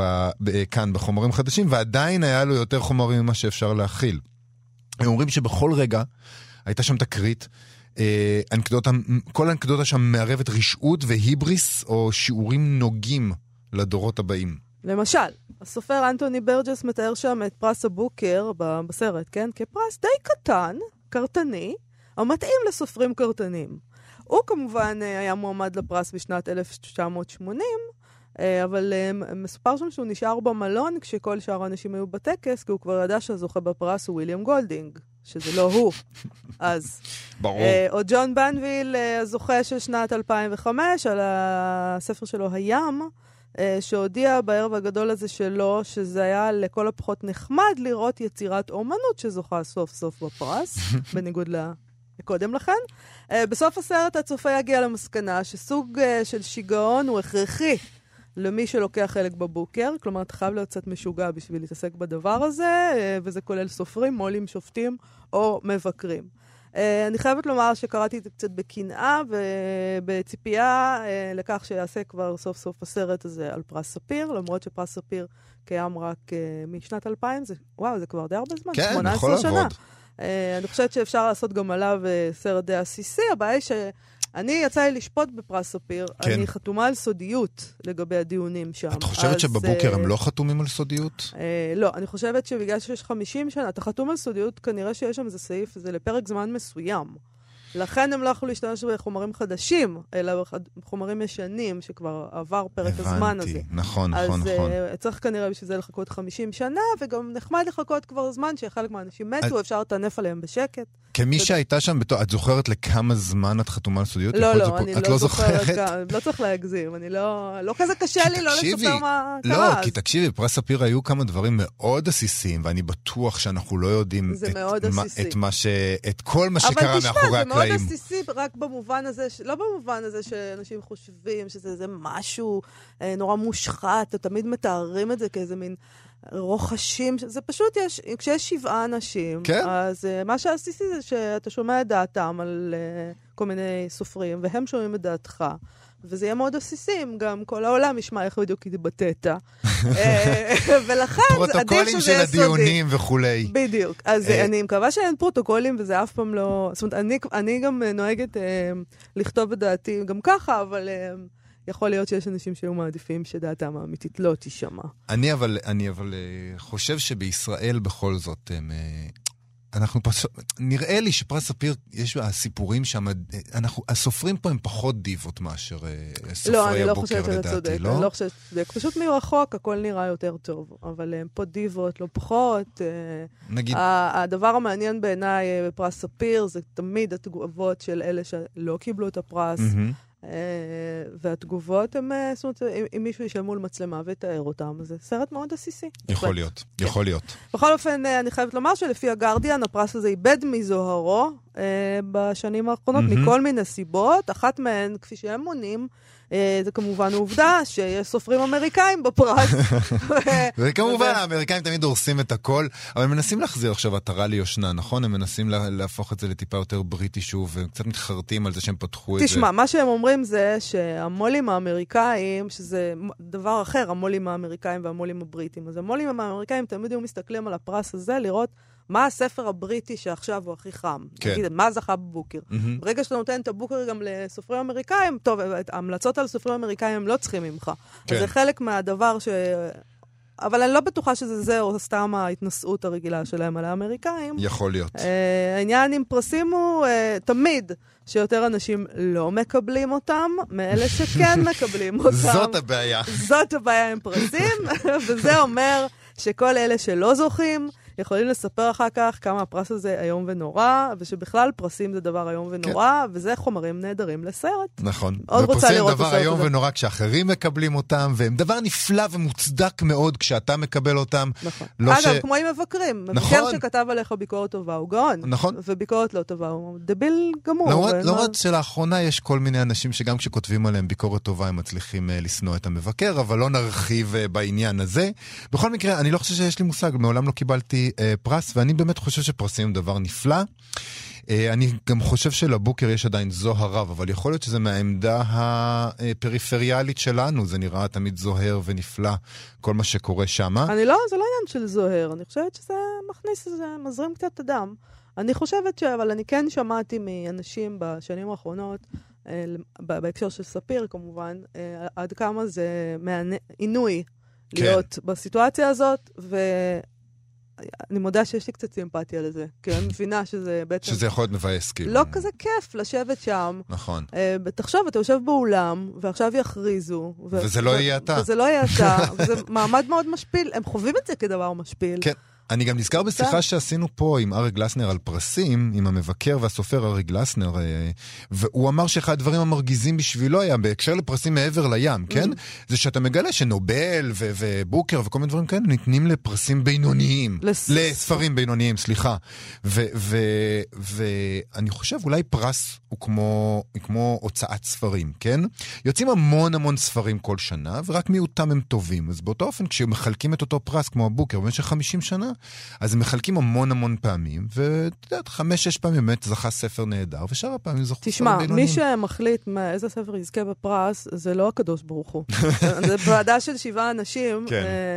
כאן בחומרים חדשים, ועדיין היה לו יותר חומרים ממה שאפשר להכיל. הם אומרים שבכל רגע הייתה שם תקרית, אנקדוטה, כל אנקדוטה שם מערבת רשעות והיבריס או שיעורים נוגים לדורות הבאים. למשל, הסופר אנטוני ברג'ס מתאר שם את פרס הבוקר בסרט, כן? כפרס די קטן, קרטני, המתאים לסופרים קרטנים. הוא כמובן היה מועמד לפרס בשנת אלף תשע מאות שמונים, אבל מסופר שם שהוא נשאר במלון כשכל שאר האנשים היו בטקס, כי הוא כבר ידע שהזוכה בפרס הוא וויליאם גולדינג, שזה לא הוא. אז. ברור. או ג'ון בנוויל, הזוכה של שנת אלפיים וחמש, על הספר שלו הים, שהודיע בערב הגדול הזה שלו, שזה היה לכל הפחות נחמד לראות יצירת אומנות שזוכה סוף סוף בפרס, בניגוד לקודם לכן. בסוף הסרט הצופה יגיע למסקנה שסוג של שיגעון הוא הכרחי למי שלוקח חלק בבוקר, כלומר אתה חייב להיות קצת משוגע בשביל להתעסק בדבר הזה, וזה כולל סופרים, מולים, שופטים או מבקרים. אני חייבת לומר שקראתי את זה קצת בקנאה ובציפייה לכך שיעשה כבר סוף סוף הסרט הזה על פרס ספיר, למרות שפרס ספיר קיים רק משנת אלפיים, זה, וואו, זה כבר די הרבה זמן, כן, שמונה עשרה שנה. אני חושבת שאפשר לעשות גם עליו סרט די עסיסי, הבעיה היא שאני יצא לי לשפוט בפרס ספיר, כן. אני חתומה על סודיות לגבי הדיונים שם. את חושבת שבבוקר הם לא חתומים על סודיות? לא, אני חושבת שבגלל שיש חמישים שנה, אתה חתום על סודיות, כנראה שיש שם איזה סעיף, זה לפרק זמן מסוים. לכן הם לא יכלו להשתמש בחומרים חדשים, אלא בחומרים ישנים, שכבר עבר פרק הזמן הזה. נכון, נכון, נכון. אז צריך כנראה בשביל זה לחכות חמישים שנה, וגם נחמד לחכות כבר זמן, שחלק מהאנשים מתו, אפשר לטנף עליהם בשקט. כמי שהייתה שם, את זוכרת לכמה זמן את חתומה על סודיות? לא, לא, אני לא זוכרת. לא צריך להגזים, אני לא... לא כזה קשה לי לא לספר מה קרה. לא, כי תקשיבי, בפרס ספיר היו כמה דברים מאוד עסיסיים, ואני בטוח שאנחנו לא יודעים את כל מה שקרה מאחורי הקלעים. מאוד עסיסי, רק במובן הזה, לא במובן הזה שאנשים חושבים שזה משהו נורא מושחת, תמיד מתארים את זה כאיזה מין רוחשים, זה פשוט יש, כשיש שבעה אנשים, אז מה שעשיתי זה שאתה שומע את דעתם על כל מיני סופרים, והם שומעים את דעתך. וזה יהיה מאוד עסיסים, גם כל העולם ישמע איך בדיוק התבטאת. ולכן, פרוטוקולים של הדיונים וכולי. בדיוק. אז אני מקווה שאין פרוטוקולים, וזה אף פעם לא... זאת אומרת, אני גם נוהגת לכתוב את דעתי גם ככה, אבל יכול להיות שיש אנשים שהיו מעדיפים שדעתם האמיתית לא תשמע. אני אבל, אני אבל חושב שבישראל בכל זאת... אנחנו פס... נראה לי שפרס ספיר, יש הסיפורים שם, אנחנו, הסופרים פה הם פחות דיבות מאשר סופרי לא, אני הבוקר, לא חושבת שאתה צודק, לא? אני לא חושבת שאתה צודק. פשוט מרחוק הכל נראה יותר טוב, אבל הם פה דיבות, לא פחות. נגיד... הדבר המעניין בעיניי בפרס ספיר, זה תמיד התגובות של אלה שלא קיבלו את הפרס, mm-hmm. והתגובות הם, זאת אומרת, אם מישהו ישלמו למצלמה ותאר אותם, זה סרט מאוד עסיסי. יכול להיות, יכול להיות. בכל אופן, אני חייבת לומר שלפי הגרדיאן, הפרס הזה איבד מזוהרו בשנים האחרונות, מכל מיני סיבות. אחת מהן, כפי שהם מונים, זה כמובן העובדה שיש סופרים אמריקאים בפרס. וכמובן, האמריקאים תמיד דורסים את הכל, אבל הם מנסים להחזיר עכשיו עטרה ליושנה, נכון? הם מנסים להפוך את זה לטיפה יותר בריטי שוב, והם קצת מתחרטים על זה שהם פתחו את זה. תשמע, מה שהם אומרים זה שהמולים האמריקאים, שזה דבר אחר, המולים האמריקאים והמולים הבריטים, אז המולים האמריקאים תמיד היו מסתכלים על הפרס הזה, לראות מה הספר הבריטי שעכשיו הוא הכי חם. כן. נגיד, מה זכה בבוקר. Mm-hmm. ברגע שאתה נותן את הבוקר גם לסופרים אמריקאים, טוב, ההמלצות על סופרים אמריקאים הם לא צריכים ממך. כן. אז זה חלק מהדבר ש... אבל אני לא בטוחה שזה זה, או סתם ההתנסות הרגילה שלהם על האמריקאים. יכול להיות. אה, העניין עם פרסים הוא אה, תמיד שיותר אנשים לא מקבלים אותם, מאלה שכן מקבלים אותם. זאת הבעיה. זאת הבעיה עם פרסים, וזה אומר שכל אלה שלא זוכים, יכולים לספר אחר כך כמה הפרס הזה היום ונורא, ושבכלל פרסים זה דבר היום ונורא, כן. וזה חומרים נהדרים לסרט. נכון. ופרסים דבר היום ונורא כשאחרים מקבלים אותם, והם דבר נפלא ומוצדק מאוד כשאתה מקבל אותם. נכון. לא אגב, ש... כמו עם מבקרים. נכון. מבקר שכתב עליך ביקורת טובה הוא גאון. נכון. וביקורת לא טובה הוא דביל גמור. למרות, ומה... למרות שלאחרונה יש כל מיני אנשים שגם כשכותבים עליהם ביקורת טובה הם מצליחים uh, לסנוע את המבקר, אבל לא נרחיב uh, בעניין הזה. בכל מקרה, אני לא חושב שיש לי מושג, מעולם לא קיבלתי לי אה, פרס, ואני באמת חושב שפרסים הם דבר נפלא. אה, אני גם חושב שלבוקר יש עדיין זוהר רב, אבל יכול להיות שזה מהעמדה הפריפריאלית שלנו, זה נראה תמיד זוהר ונפלא, כל מה שקורה שם. אני לא, זה לא עניין של זוהר, אני חושבת שזה מכניס, זה מזרים קצת אדם. אני חושבת ש... אבל אני כן שמעתי מאנשים בשנים האחרונות, בהקשר של ספיר כמובן, עד כמה זה עינוי להיות בסיטואציה הזאת, ואני מודה שיש לי קצת סימפתיה לזה, כי אני מבינה שזה בעצם... שזה יכול להיות מבאס, כאילו. לא כזה כיף לשבת שם. נכון. תחשוב, אתה יושב באולם, ועכשיו יכריזו. וזה לא יהיה אתה. וזה לא יהיה אתה, וזה מעמד מאוד משפיל. הם חווים את זה כדבר משפיל. כן. אני גם נזכר בשיחה שעשינו פה עם ארי גלסנר על פרסים, עם המבקר והסופר ארי גלסנר, והוא אמר שאחד הדברים המרגיזים בשבילו היה, בהקשר לפרסים מעבר לים, כן? זה שאתה מגלה שנובל ובוקר וכל מיני דברים כאלה ניתנים לפרסים בינוניים. לספרים בינוניים, סליחה. ואני חושב, אולי פרס הוא כמו הוצאת ספרים, כן? יוצאים המון המון ספרים כל שנה, ורק מיעוטם הם טובים. אז באותו אופן, כשמחלקים את אותו פרס, כמו הבוקר, במשך חמישים שנה, אז הם מחלקים המון המון פעמים, ואתה יודעת, חמש, שש פעמים באמת זכה ספר נהדר, ושאר הפעמים זכו ספרים בינוניים. תשמע, מי שמחליט איזה ספר יזכה בפרס, זה לא הקדוש ברוך הוא. זה ועדה של שבעה אנשים,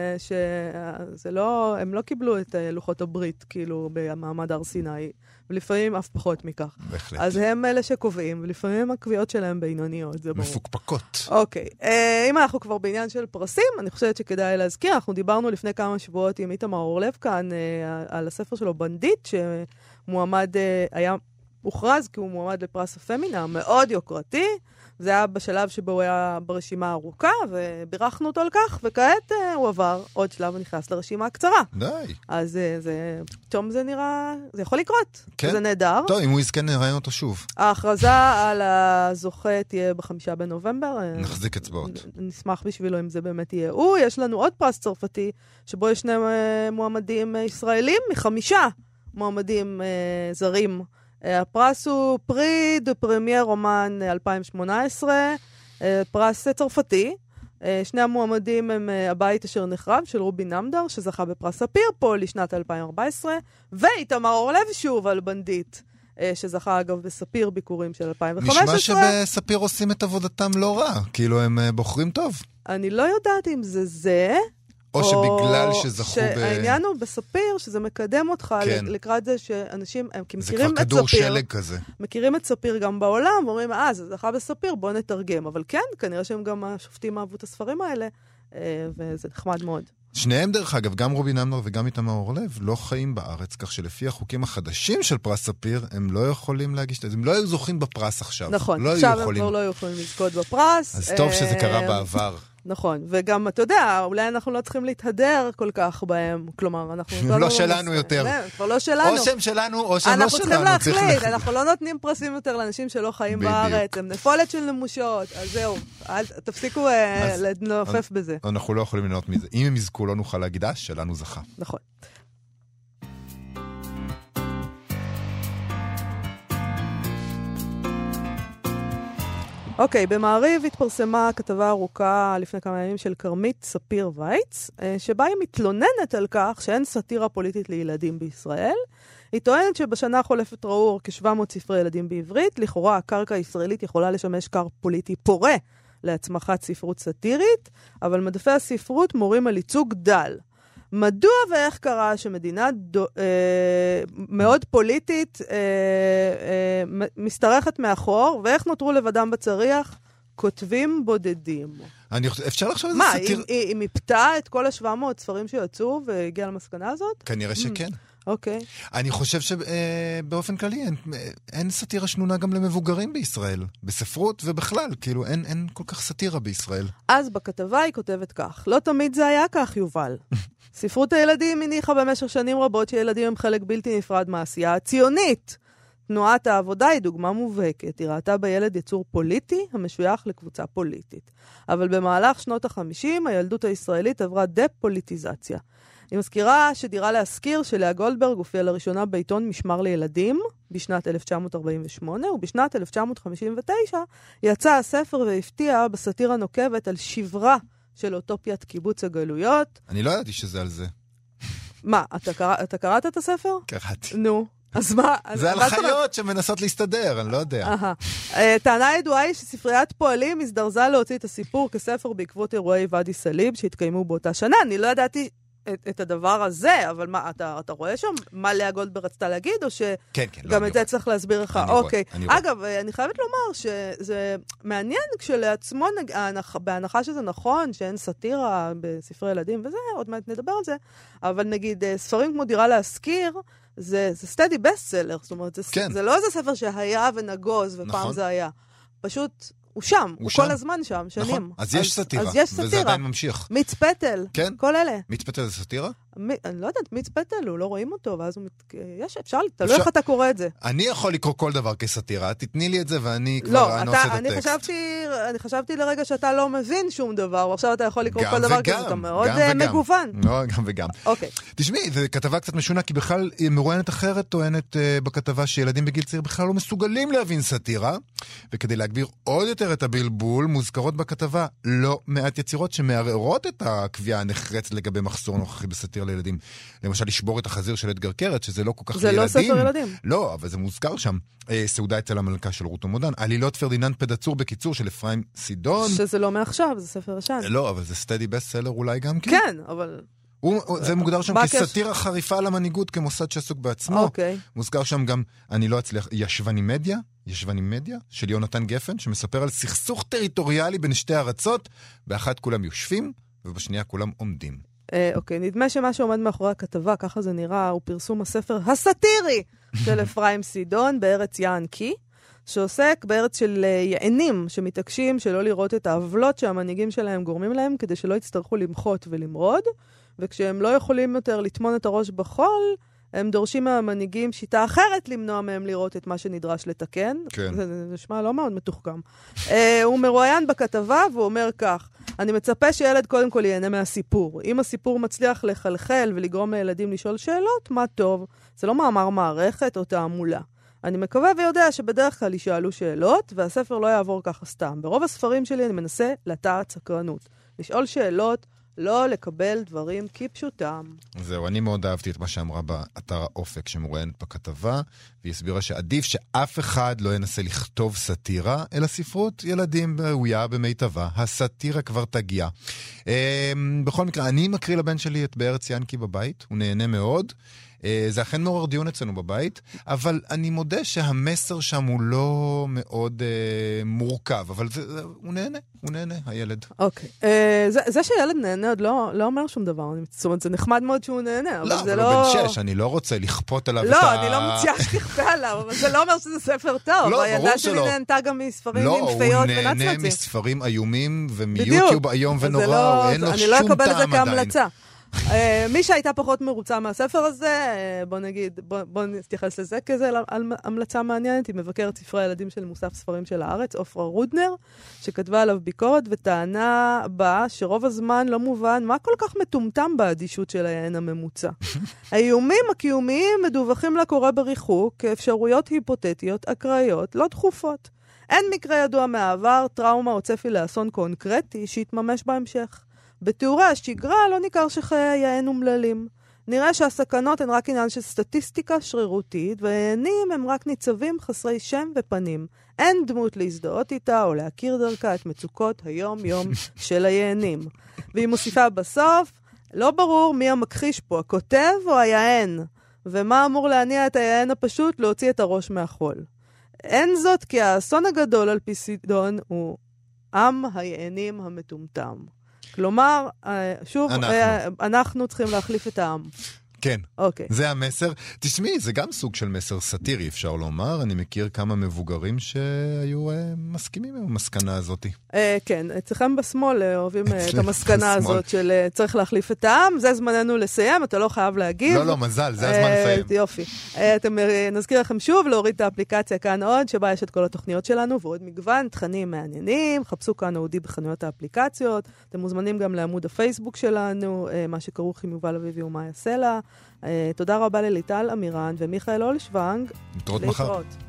שזה לא, הם לא קיבלו את לוחות הברית, כאילו, במעמד הר סיני, ולפעמים אף פחות מכך. בהחלט. אז הם אלה שקובעים, ולפעמים הקביעות שלהם בינוניות, זה ברור. מפוקפקות. אוקיי. אם אנחנו כבר בעניין של פרסים, אני חושבת שכדאי להזכיר, אנחנו דיברנו לפני כמה שבועות עם איתמר אורלב כאן, על הספר שלו בנדיט, שמועמד, היה הוכרז כי הוא מועמד לפרס הפמינה, מאוד יוקרתי, זה היה בשלב שבו הוא היה ברשימה הארוכה, ובירכנו אותו על כך, וכעת הוא עבר עוד שלב ונכנס לרשימה הקצרה. די. אז זה, פתאום זה נראה, זה יכול לקרות. כן. זה נהדר. טוב, אם הוא יזכה נראיין אותו שוב. ההכרזה על הזוכה תהיה בחמישה בנובמבר. נחזיק אצבעות. נשמח בשבילו אם זה באמת יהיה. הוא, יש לנו עוד פרס צרפתי, שבו יש שני מועמדים ישראלים, מחמישה מועמדים זרים. הפרס הוא פרי דה פרמייר רומן אלפיים שמונה עשרה, פרס צרפתי. שני המועמדים הם הבית אשר נחרב של רובי נמדר, שזכה בפרס ספיר פה לשנת אלפיים וארבע עשרה, ואיתמר אורלב שוב על בנדיט, שזכה אגב בספיר ביקורים של אלפיים וחמש עשרה. נשמע שבספיר עושים את עבודתם לא רע, כאילו הם בוחרים טוב. אני לא יודעת אם זה זה, או שבגלל שזכו ב... העניין הוא בספיר, שזה מקדם אותך כן. לקראת זה שאנשים, הם מכירים את ספיר. זה כבר כדור שלג כזה. מכירים את ספיר גם בעולם, ואומרים, אה, זה זכה בספיר, בוא נתרגם. אבל כן, כנראה שהם גם השופטים אהבו את הספרים האלה, וזה נחמד מאוד. שניהם דרך אגב, גם רובי נמדר וגם איתמר אורלב, לא חיים בארץ, כך שלפי החוקים החדשים של פרס ספיר, הם לא יכולים להגיש את זה. הם לא היו זוכים בפרס עכשיו. נכון, לא עכשיו הם כבר לא יכולים לזכות בפרס. אז טוב שזה קרה בעבר. נכון, וגם אתה יודע, אולי אנחנו לא צריכים להתהדר כל כך בהם, כלומר, אנחנו... לא שלנו יותר. כבר לא שלנו. או שהם שלנו, או שהם לא שלנו. אנחנו צריכים להחליט, אנחנו לא נותנים פרסים יותר לאנשים שלא חיים בארץ, הם נפולת של נמושות, אז זהו, תפסיקו לנופף בזה. אנחנו לא יכולים לנות מזה. אם הם יזכו, לא נוכל להגיד, אה, שלנו זכה. נכון. אוקיי, במעריב התפרסמה כתבה ארוכה לפני כמה ימים של קרמית ספיר וייץ, שבה היא מתלוננת על כך שאין סאטירה פוליטית לילדים בישראל. היא טוענת שבשנה החולפת ראו כ-שבע מאות ספרי ילדים בעברית, לכאורה הקרקע הישראלית יכולה לשמש קר פוליטי פורה להצמחת ספרות סאטירית, אבל מדפי הספרות מורים על ייצוג דל. מדוע ואיך קרה שמדינה דו, אה, מאוד פוליטית אה, אה, משתרכת מאחור, ואיך נותרו לבדם בצריח כותבים בודדים? אני חושב, אפשר לחשוב איזה מה, סאטיר... מה, היא, היא מיפתה את כל ה-שבע מאות ספרים שיצאו והגיעה למסקנה הזאת? כנראה שכן. אוקיי. אני חושב שבאופן כללי אין, אין סאטירה שנונה גם למבוגרים בישראל, בספרות ובכלל, כאילו אין, אין כל כך סאטירה בישראל. אז בכתבה היא כותבת כך, לא תמיד זה היה כך, יובל. ספרות הילדים הניחה במשך שנים רבות שילדים הם חלק בלתי נפרד מהעשייה הציונית. תנועת העבודה היא דוגמה מובהקת. היא ראתה בילד יצור פוליטי המשוייך לקבוצה פוליטית. אבל במהלך שנות ה-חמישים הילדות הישראלית עברה דה-פוליטיזציה. היא מזכירה שדירה להזכיר שלאה גולדברג הופיעה לראשונה בעיתון משמר לילדים בשנת אלף תשע מאות ארבעים ושמונה, ובשנת אלף תשע מאות חמישים ותשע יצא הספר והפתיע בסאטירה נוקבת על שברה של אוטופיית קיבוץ הגלויות. אני לא ידעתי שזה על זה. מה, אתה, קרא, אתה קראת את הספר? קראתי. נו. אז מה? זה על חיות שמנסות להסתדר, אני לא יודע. טענה ידועה היא שספריית פועלים הזדרזה להוציא את הסיפור כספר בעקבות אירועי ואדי סאליב שהתקיימו באותה שנה. אני לא ידעתי את, את הדבר הזה, אבל מה, אתה, אתה רואה שם מה לאה גולדברג רצתה להגיד, או שגם כן, כן, לא, את זה צריך להסביר לך? אוקיי. אני אגב, רואה. אני חייבת לומר שזה מעניין כשלעצמו, בהנחה שזה נכון, שאין סאטירה בספרי ילדים, וזה, עוד מעט נדבר על זה, אבל נגיד, ספרים כמו דירה להזכיר, זה, זה סטדי בסטסלר, זאת אומרת, זה, כן. זה לא איזה ספר שהיה ונגוז, ופעם נכון. זה היה. פשוט... הוא שם, הוא, הוא שם. כל הזמן שם, שנים. נכון, אז יש סאטירה, אז יש סאטירה. וזה עדיין ממשיך. מיץ פטל, כן? כל אלה. מיץ פטל זה סאטירה? מ... אני לא יודעת, מיץ פטל, הוא לא רואים אותו, ואז הוא מת... יש, אפשר, תלוי איך אתה קורא את זה. אני יכול לקרוא כל דבר כסאטירה, תתני לי את זה ואני כבר לא, אנוס את אני הטקסט. חשבתי, אני חשבתי לרגע שאתה לא מבין שום דבר, ועכשיו אתה יכול לקרוא כל דבר כזה, אתה מאוד גם מגוון. לא, גם וגם. אוקיי. תשמעי, זו כתבה קצת משונה, כי בכלל מרואיינת אחרת טוענת uh, בכתבה שילדים בגיל צעיר בכלל לא מסוגלים להבין סאטירה, וכדי להגביר עוד יותר את הבלבול, מוזכרות בכתבה לא מעט יצירות שמערערות את הקביעה הנחרצת לגבי מחסור נוכחי בסאטירה לילדים. למשל, לשבור את החזיר של אדגר קרת, שזה לא כל כך זה לילדים. זה לא ספר ילדים. לא, אבל זה מוזכר שם. אה, סעודה אצל המלכה של רות המודן. עלילות פרדיננד פדצור בקיצור של אפרים סידון. שזה לא מעכשיו, זה ספר ישן. לא, אבל זה סטדי בסטסלר אולי גם כן. כן, אבל... הוא, זה מוגדר שם כסאטירה חריפה למנהיגות, כמוסד שעסוק בעצמו. אוקיי. מוזכר שם גם, אני לא אצליח, ישבני מדיה, ישבני מדיה, של יונתן גפן, שמספר על סכסוך טריטוריאלי בין שתי ארצות, באחת כולם יושבים, ובשנייה כולם עומדים. אה, אוקיי, נדמה שמה שעומד מאחורי הכתבה, ככה זה נראה, הוא פרסום הספר הסאטירי של אפרים סידון, בארץ יענקי, שעוסק בארץ של יענים, שמתעקשים שלא לראות את העוולות שהמנהיגים שלהם גורמים להם, כדי שלא יצטרכו למחות ולמרוד, וכשהם לא יכולים יותר לטמון את הראש בחול, הם דורשים מהמנהיגים שיטה אחרת למנוע מהם לראות את מה שנדרש לתקן. כן. זה, זה נשמע לא מאוד מתוחכם. uh, הוא מרואיין בכתבה והוא אומר כך, אני מצפה שילד קודם כל ייהנה מהסיפור. אם הסיפור מצליח לחלחל ולגרום לילדים לשאול שאלות, מה טוב. זה לא מאמר מערכת או תעמולה. אני מקווה ויודע שבדרך כלל ישאלו שאלות, והספר לא יעבור ככה סתם. ברוב הספרים שלי אני מנסה לטעת סקרנות. לשאול שאלות, לא לקבל דברים כפשוטם. זהו, אני מאוד אהבתי את מה שאמרה באתר האופק שמרואיינת בכתבה, והיא הסבירה שעדיף שאף אחד לא ינסה לכתוב סאטירה, אלא ספרות ילדים ראויה במיטבה. הסאטירה כבר תגיע. בכל מקרה, אני מקריא לבן שלי את בארץ יענקי בבית, הוא נהנה מאוד. זה אכן מעורר דיון אצלנו בבית, אבל אני מודה שהמסר שם הוא לא מאוד אה, מורכב, אבל זה, זה, הוא נהנה, הוא נהנה, הילד. אוקיי. אה, זה, זה שילד נהנה עוד לא, לא אומר שום דבר, זאת אומרת, זה נחמד מאוד שהוא נהנה, אבל לא, זה אבל לא... הוא בן שש, אני לא רוצה לכפות עליו לא, את ה... לא, אני לא מציעה שתכפה עליו, אבל זה לא אומר שזה ספר טוב. לא, הילדה שלי נהנתה גם מספרים לא, עם פיות ונצנצים. לא, הוא נהנה מספרים איומים ומיוטיוב איום ונורא, לא, אין לו אני שום לא אקבל את זה טעם עדיין. כהמלצה. מי שהייתה פחות מרוצה מהספר הזה, בוא נגיד, בוא, בוא נתייחס לזה כזה המלצה מעניינת, היא מבקרת ספרי הילדים של מוסף ספרים של הארץ, אופרה רודנר, שכתבה עליו ביקורת וטענה בה שרוב הזמן לא מובן מה כל כך מטומטם באדישות של היען הממוצע. האיומים הקיומיים מדווחים לקורא בריחוק כאפשרויות היפותטיות, אקראיות, לא דחופות. אין מקרה ידוע מהעבר, טראומה או צפי לאסון קונקרטי שהתממש בהמשך. בתיאורי השגרה לא ניכר שחיי היען אומללים. נראה שהסכנות הן רק עניין של סטטיסטיקה שרירותית, והיענים הם רק ניצבים חסרי שם ופנים. אין דמות להזדהות איתה או להכיר דרכה את מצוקות היום-יום של היענים. והיא מוסיפה בסוף, לא ברור מי המכחיש פה, הכותב או היען, ומה אמור להניע את היען הפשוט להוציא את הראש מהחול. אין זאת כי האסון הגדול על פי סידון הוא עם היענים המטומטם. כלומר, שוב, אנחנו. אנחנו צריכים להחליף את העם. כן, אוקיי. זה המסר. תשמעי, זה גם סוג של מסר סאטירי, אפשר לומר. אני מכיר כמה מבוגרים שהיו אה, מסכימים עם המסקנה הזאת. אה, כן, אצלכם בשמאל אוהבים את המסקנה הזאת של אה, צריך להחליף את העם. זה זמננו לסיים, אתה לא חייב להגיב. לא, לא, מזל, זה הזמן אה, לסיים. יופי. אה, אתם, אה, נזכיר לכם שוב להוריד את האפליקציה כאן עוד, שבה יש את כל התוכניות שלנו, ועוד מגוון, תכנים מעניינים. חפשו כאן אודי בחנויות האפליקציות. אתם מוזמנים גם לעמוד הפייסבוק שלנו, אה, מה שכרוך עם יובל אביבי ומה יעשה לה. Uh, תודה רבה לליטל אמירן ומיכאל אולשוונג. להתראות מחר.